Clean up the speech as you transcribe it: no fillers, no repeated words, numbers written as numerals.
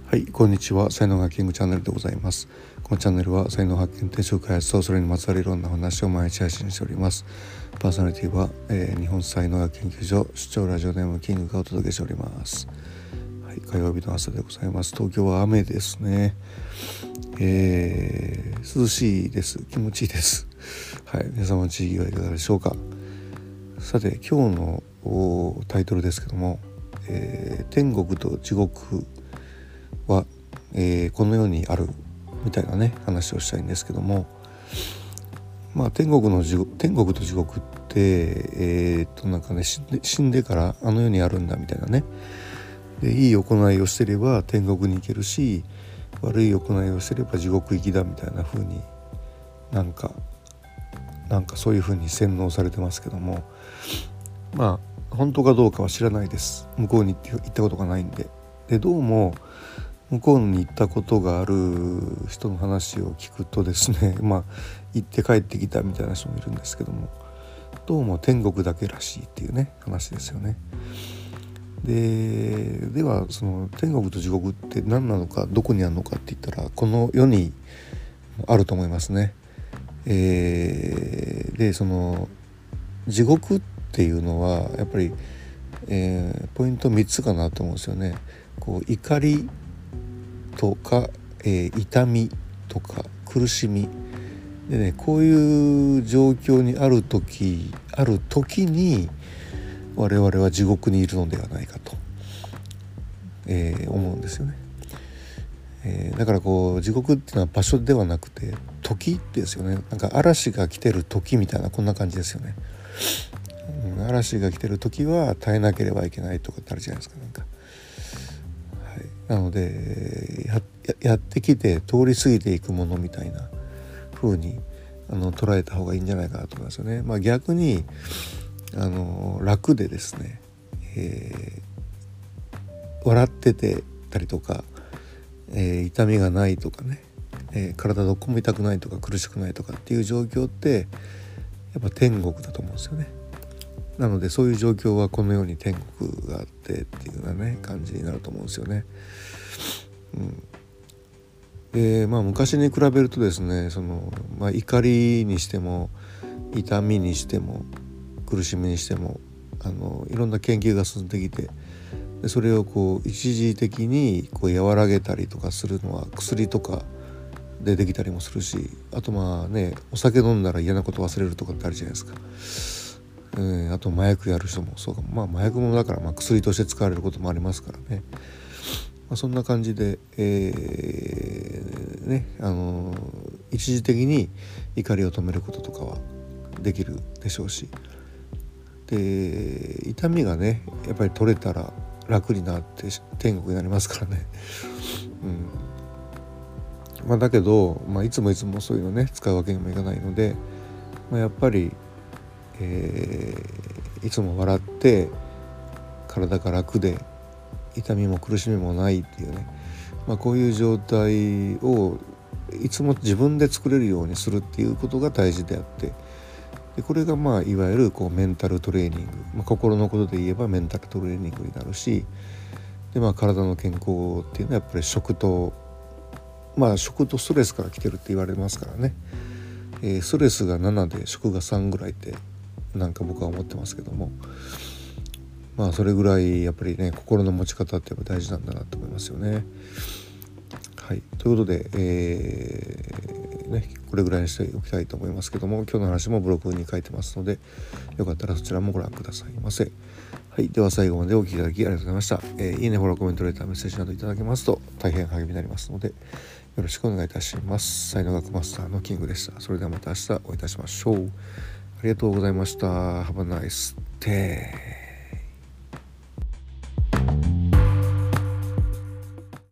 はい、こんにちは。才能ハッキングチャンネルでございます。このチャンネルは才能発見、転職開発とそれにまつわるいろんな話を毎日配信しております。パーソナリティは、日本才能学研究所出張ラジオネームキングがお届けしております。はい、火曜日の朝でございます。東京は雨ですね。涼しいです。気持ちいいです。はい、皆様の地域はいかがでしょうか。さて、今日のタイトルですけども、天国と地獄は、この世にあるみたいなね話をしたいんですけども、天国と地獄って、なんかね死んでからあの世にあるんだみたいなね。でいい行いをしてれば天国に行けるし、悪い行いをしてれば地獄行きだみたいな風になんかそういう風に洗脳されてますけども、本当かどうかは知らないです。向こうに行ったことがないんで。でどうも向こうに行ったことがある人の話を聞くとですね、行って帰ってきたみたいな人もいるんですけども、どうも天国だけらしいっていうね話ですよね。ではその天国と地獄って何なのか、どこにあるのかって言ったらこの世にあると思いますね。でその地獄っていうのはやっぱり、ポイント3つかなと思うんですよね。こう怒りとか、痛みとか苦しみでね、こういう状況にある時に我々は地獄にいるのではないかと、思うんですよね。だから地獄っていうのは場所ではなくて時ですよね。なんか嵐が来てる時みたいなこんな感じですよね。嵐が来てる時は耐えなければいけないとかってあるじゃないですか。なので やってきて通り過ぎていくものみたいな風に捉えた方がいいんじゃないかなと思いますよね。逆に楽でですね、笑っててたりとか、痛みがないとかね、体どこも痛くないとか苦しくないとかっていう状況ってやっぱ天国だと思うんですよね。なのでそういう状況はこの世に天国があってっていうようなね感じになると思うんですよね。昔に比べるとですね、怒りにしても痛みにしても苦しみにしてもいろんな研究が進んできて、でそれを一時的に和らげたりとかするのは薬とかでできたりもするし、あとお酒飲んだら嫌なこと忘れるとかってあるじゃないですか。あと麻薬やる人もそうかも、麻薬もだから薬として使われることもありますからね。そんな感じで、一時的に怒りを止めることとかはできるでしょうし、で痛みがねやっぱり取れたら楽になって天国になりますからね。だけど、いつもそういうのね使うわけにもいかないので、やっぱり、いつも笑って体が楽で痛みも苦しみもないっていうね、こういう状態をいつも自分で作れるようにするっていうことが大事であって、でこれがいわゆるメンタルトレーニング、心のことで言えばメンタルトレーニングになるし、で体の健康っていうのはやっぱり食とストレスから来てるって言われますからね。ストレスが7で食が3ぐらいって僕は思ってますけども、それぐらいやっぱりね心の持ち方ってやっぱ大事なんだなと思いますよね。はい、ということで、これぐらいにしておきたいと思いますけども、今日の話もブログに書いてますのでよかったらそちらもご覧くださいませ。はい、では最後までお聞きいただきありがとうございました。いいね、フォロー、コメント、レター、メッセージなどいただけますと大変励みになりますのでよろしくお願いいたします。才能学マスターのキングでした。それではまた明日お会いいたしましょう。ありがとうございました。Have a nice day.